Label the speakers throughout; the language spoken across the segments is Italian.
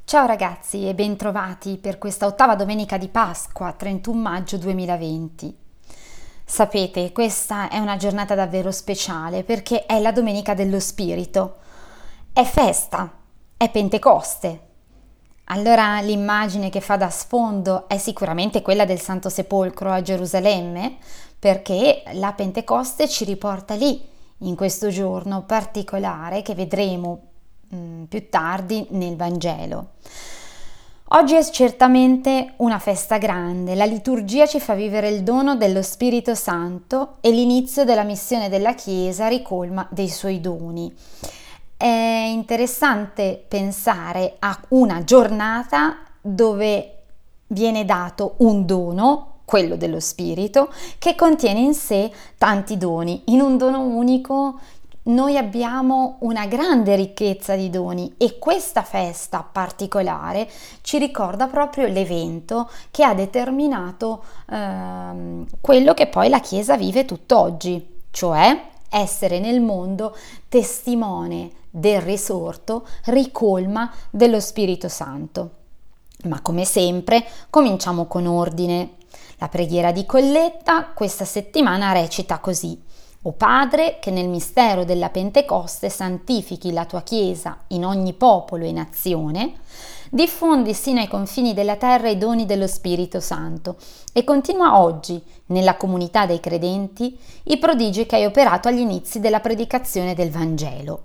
Speaker 1: Ciao ragazzi e bentrovati per questa ottava domenica di Pasqua, 31 maggio 2020. Sapete, questa è una giornata davvero speciale perché è la Domenica dello Spirito. È festa, è Pentecoste. Allora l'immagine che fa da sfondo è sicuramente quella del Santo Sepolcro a Gerusalemme, perché la Pentecoste ci riporta lì, in questo giorno particolare che vedremo più tardi nel Vangelo. Oggi è certamente una festa grande, la liturgia ci fa vivere il dono dello Spirito Santo e l'inizio della missione della Chiesa ricolma dei suoi doni. È interessante pensare a una giornata dove viene dato un dono, quello dello Spirito, che contiene in sé tanti doni. In un dono unico noi abbiamo una grande ricchezza di doni e questa festa particolare ci ricorda proprio l'evento che ha determinato quello che poi la Chiesa vive tutt'oggi, cioè essere nel mondo testimone del risorto, ricolma dello Spirito Santo. Ma come sempre cominciamo con ordine. La preghiera di Colletta questa settimana recita così: O Padre, che nel mistero della Pentecoste santifichi la tua Chiesa in ogni popolo e nazione, diffondi sino ai confini della terra i doni dello Spirito Santo e continua oggi, nella comunità dei credenti, i prodigi che hai operato agli inizi della predicazione del Vangelo.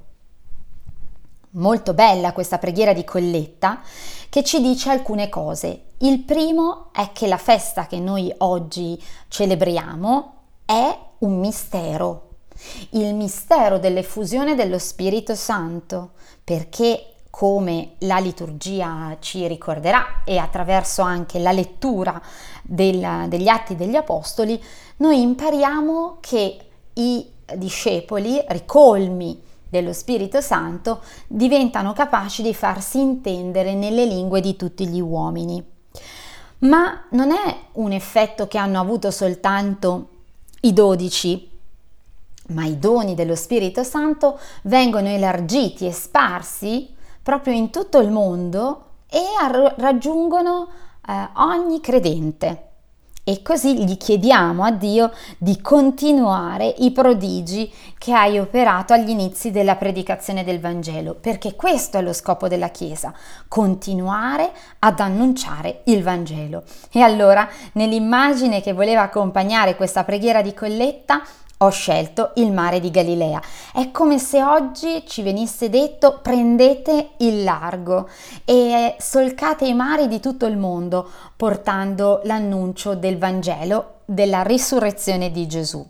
Speaker 1: Molto bella questa preghiera di Colletta che ci dice alcune cose. Il primo è che la festa che noi oggi celebriamo è un mistero, il mistero dell'effusione dello Spirito Santo, perché come la liturgia ci ricorderà e attraverso anche la lettura degli Atti degli Apostoli, noi impariamo che i discepoli, ricolmi dello Spirito Santo, diventano capaci di farsi intendere nelle lingue di tutti gli uomini. Ma non è un effetto che hanno avuto soltanto i 12, ma i doni dello Spirito Santo vengono elargiti e sparsi proprio in tutto il mondo e raggiungono ogni credente. E così gli chiediamo a Dio di continuare i prodigi che hai operato agli inizi della predicazione del Vangelo, perché questo è lo scopo della Chiesa, continuare ad annunciare il Vangelo. E allora, nell'immagine che voleva accompagnare questa preghiera di Colletta, ho scelto il mare di Galilea. È come se oggi ci venisse detto: prendete il largo e solcate i mari di tutto il mondo, portando l'annuncio del Vangelo, della risurrezione di Gesù.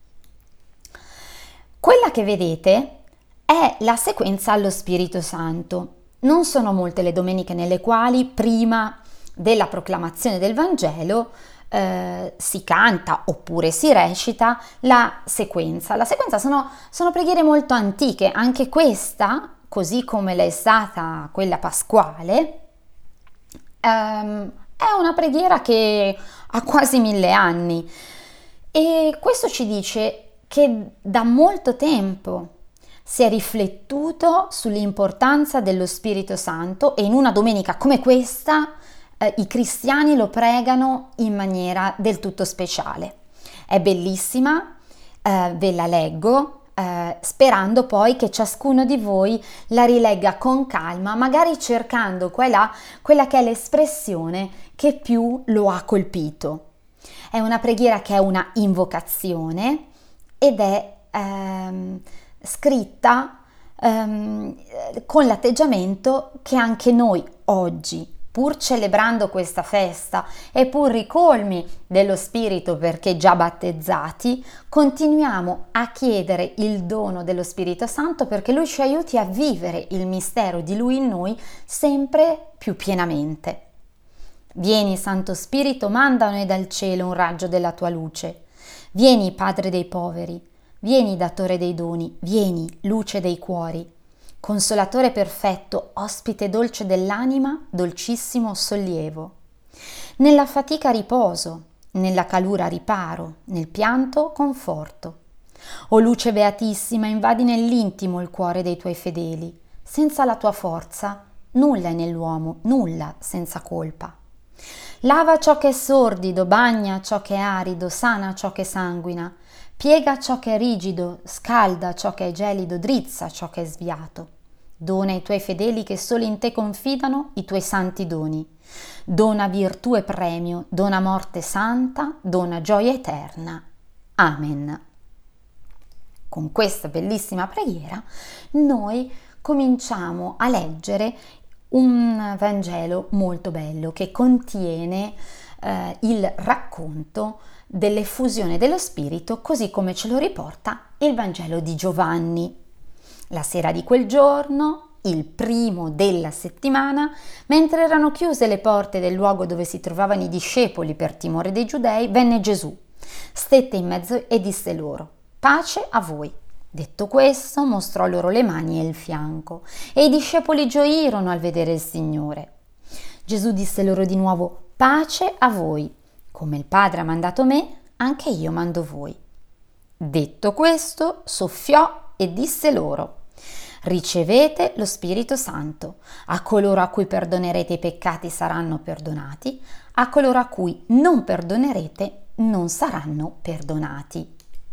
Speaker 1: Quella che vedete è la sequenza allo Spirito Santo. Non sono molte le domeniche nelle quali prima della proclamazione del Vangelo si canta oppure si recita la sequenza. La sequenza sono preghiere molto antiche, anche questa, così come l'è stata quella pasquale, è una preghiera che ha quasi 1000 anni e questo ci dice che da molto tempo si è riflettuto sull'importanza dello Spirito Santo e in una domenica come questa i cristiani lo pregano in maniera del tutto speciale. È bellissima, ve la leggo, sperando poi che ciascuno di voi la rilegga con calma, magari cercando quella che è l'espressione che più lo ha colpito. È una preghiera che è una invocazione ed è scritta con l'atteggiamento che anche noi oggi, pur celebrando questa festa e pur ricolmi dello Spirito perché già battezzati, continuiamo a chiedere il dono dello Spirito Santo perché Lui ci aiuti a vivere il mistero di Lui in noi sempre più pienamente. Vieni, Santo Spirito, manda a noi dal cielo un raggio della tua luce. Vieni, Padre dei poveri, vieni, Datore dei doni, vieni, luce dei cuori. Consolatore perfetto, ospite dolce dell'anima, dolcissimo sollievo. Nella fatica riposo, nella calura riparo, nel pianto conforto. O luce beatissima, invadi nell'intimo il cuore dei tuoi fedeli. Senza la tua forza nulla è nell'uomo, nulla senza colpa. Lava ciò che è sordido, bagna ciò che è arido, sana ciò che sanguina, piega ciò che è rigido, scalda ciò che è gelido, drizza ciò che è sviato. Dona ai tuoi fedeli che solo in te confidano i tuoi santi doni. Dona virtù e premio, dona morte santa, dona gioia eterna. Amen. Con questa bellissima preghiera noi cominciamo a leggere un Vangelo molto bello che contiene il racconto dell'effusione dello Spirito, così come ce lo riporta il Vangelo di Giovanni. La sera di quel giorno, il primo della settimana, mentre erano chiuse le porte del luogo dove si trovavano i discepoli per timore dei giudei, venne Gesù, stette in mezzo e disse loro: pace a voi. Detto questo, mostrò loro le mani e il fianco, e i discepoli gioirono al vedere il Signore. Gesù disse loro di nuovo: pace a voi. Come il Padre ha mandato me, anche io mando voi. Detto questo, soffiò e disse loro: ricevete lo Spirito Santo. A coloro a cui perdonerete i peccati saranno perdonati, a coloro a cui non perdonerete non saranno perdonati.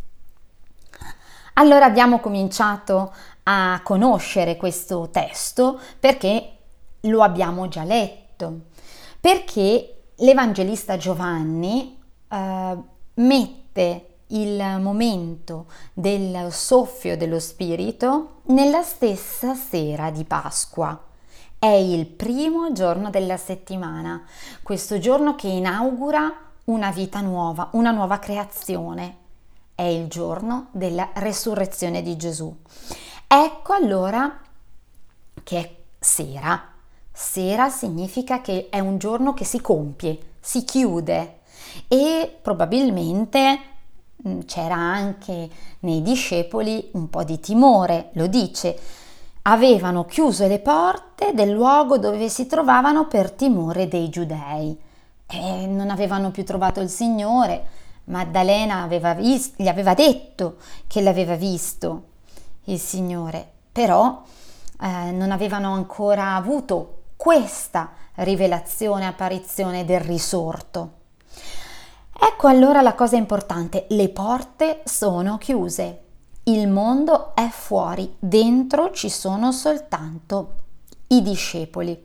Speaker 1: Allora abbiamo cominciato a conoscere questo testo perché lo abbiamo già letto, perché l'Evangelista Giovanni mette il momento del soffio dello Spirito nella stessa sera di Pasqua. È il primo giorno della settimana, questo giorno che inaugura una vita nuova, una nuova creazione. È il giorno della resurrezione di Gesù. Ecco allora che è sera. Sera significa che è un giorno che si compie, si chiude, e probabilmente c'era anche nei discepoli un po' di timore, lo dice. Avevano chiuso le porte del luogo dove si trovavano per timore dei giudei e non avevano più trovato il Signore. Maddalena gli aveva detto che l'aveva visto il Signore, però non avevano ancora avuto questa rivelazione, apparizione del risorto. Ecco allora la cosa importante: le porte sono chiuse, il mondo è fuori, dentro ci sono soltanto i discepoli.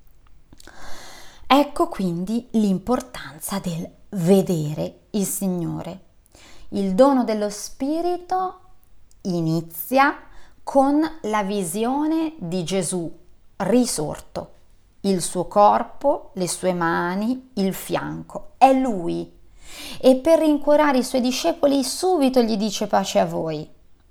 Speaker 1: Ecco quindi l'importanza del vedere il Signore. Il dono dello Spirito inizia con la visione di Gesù risorto, il suo corpo, le sue mani, il fianco. È Lui. E per rincuorare i suoi discepoli subito gli dice: pace a voi.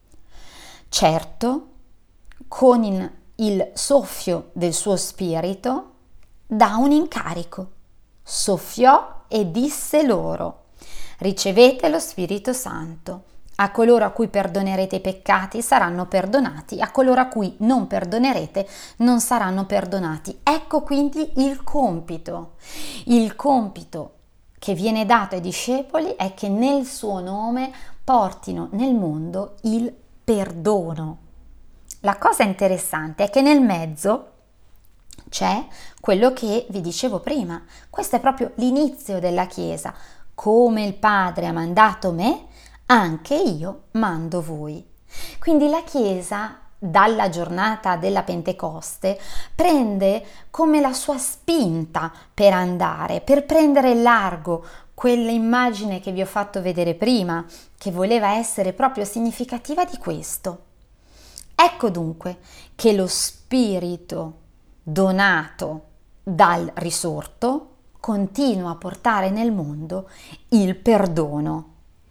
Speaker 1: Certo, con il soffio del suo Spirito dà un incarico. Soffiò e disse loro: ricevete lo Spirito Santo. A coloro a cui perdonerete i peccati saranno perdonati, a coloro a cui non perdonerete non saranno perdonati. Ecco quindi il compito. Il compito che viene dato ai discepoli è che nel suo nome portino nel mondo il perdono. La cosa interessante è che nel mezzo c'è quello che vi dicevo prima. Questo è proprio l'inizio della Chiesa. Come il Padre ha mandato me, anche io mando voi. Quindi la Chiesa, dalla giornata della Pentecoste, prende come la sua spinta per andare, per prendere largo quell'immagine che vi ho fatto vedere prima, che voleva essere proprio significativa di questo. Ecco dunque che lo Spirito donato dal risorto continua a portare nel mondo il perdono.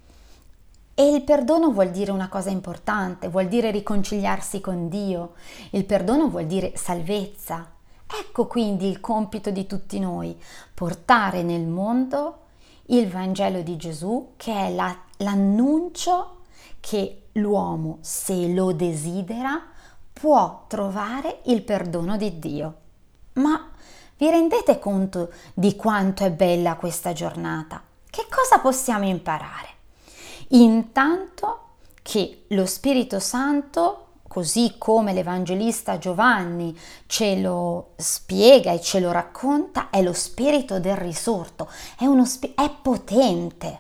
Speaker 1: E il perdono vuol dire una cosa importante, vuol dire riconciliarsi con Dio. Il perdono vuol dire salvezza. Ecco quindi il compito di tutti noi: portare nel mondo il Vangelo di Gesù, che è l'annuncio che l'uomo, se lo desidera, può trovare il perdono di Dio. Ma vi rendete conto di quanto è bella questa giornata? Che cosa possiamo imparare? Intanto che lo Spirito Santo, così come l'Evangelista Giovanni ce lo spiega e ce lo racconta, è lo spirito del risorto, è potente.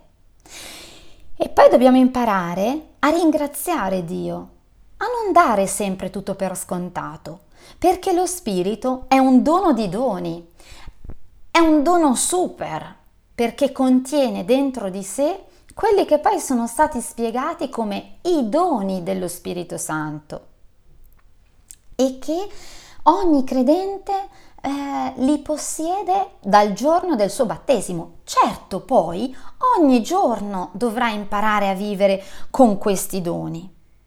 Speaker 1: E poi dobbiamo imparare a ringraziare Dio, a non dare sempre tutto per scontato, perché lo spirito è un dono di doni, è un dono super, perché contiene dentro di sé quelli che poi sono stati spiegati come i doni dello Spirito Santo e che ogni credente li possiede dal giorno del suo battesimo. Certo, poi ogni giorno dovrà imparare a vivere con questi doni.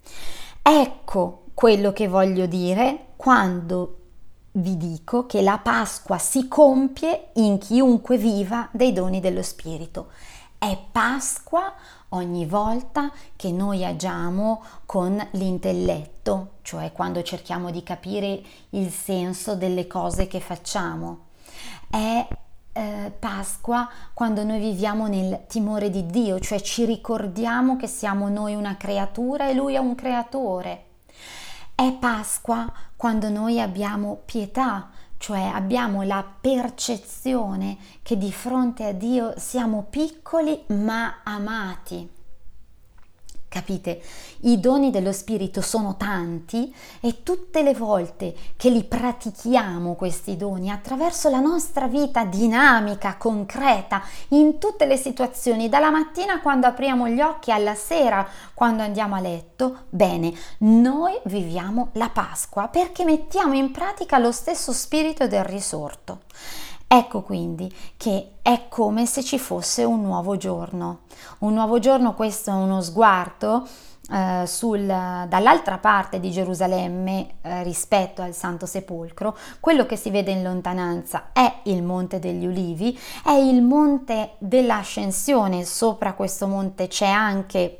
Speaker 1: Ecco quello che voglio dire quando vi dico che la Pasqua si compie in chiunque viva dei doni dello Spirito. È Pasqua ogni volta che noi agiamo con l'intelletto, cioè quando cerchiamo di capire il senso delle cose che facciamo. È Pasqua quando noi viviamo nel timore di Dio, cioè ci ricordiamo che siamo noi una creatura e Lui è un creatore. È Pasqua quando noi abbiamo pietà, cioè abbiamo la percezione che di fronte a Dio siamo piccoli ma amati. Capite? I doni dello Spirito sono tanti e tutte le volte che li pratichiamo questi doni attraverso la nostra vita dinamica, concreta, in tutte le situazioni, dalla mattina quando apriamo gli occhi alla sera quando andiamo a letto, bene, noi viviamo la Pasqua perché mettiamo in pratica lo stesso spirito del risorto. Ecco quindi che è come se ci fosse un nuovo giorno. Un nuovo giorno, questo è uno sguardo dall'altra parte di Gerusalemme rispetto al Santo Sepolcro. Quello che si vede in lontananza è il Monte degli Ulivi, è il Monte dell'Ascensione. Sopra questo monte c'è anche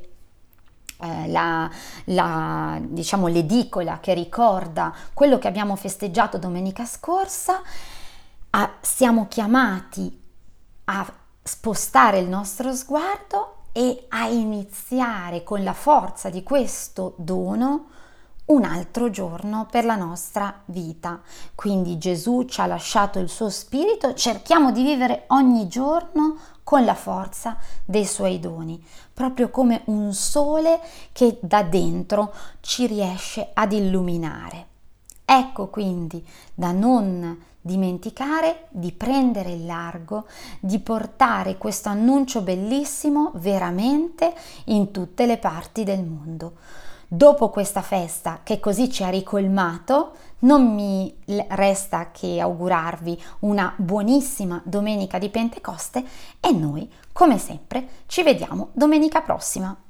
Speaker 1: diciamo l'edicola che ricorda quello che abbiamo festeggiato domenica scorsa. Siamo chiamati a spostare il nostro sguardo e a iniziare con la forza di questo dono un altro giorno per la nostra vita. Quindi Gesù ci ha lasciato il suo spirito, cerchiamo di vivere ogni giorno con la forza dei suoi doni, proprio come un sole che da dentro ci riesce ad illuminare. Ecco quindi da non dimenticare di prendere il largo, di portare questo annuncio bellissimo veramente in tutte le parti del mondo. Dopo questa festa che così ci ha ricolmato, non mi resta che augurarvi una buonissima domenica di Pentecoste e noi, come sempre, ci vediamo domenica prossima.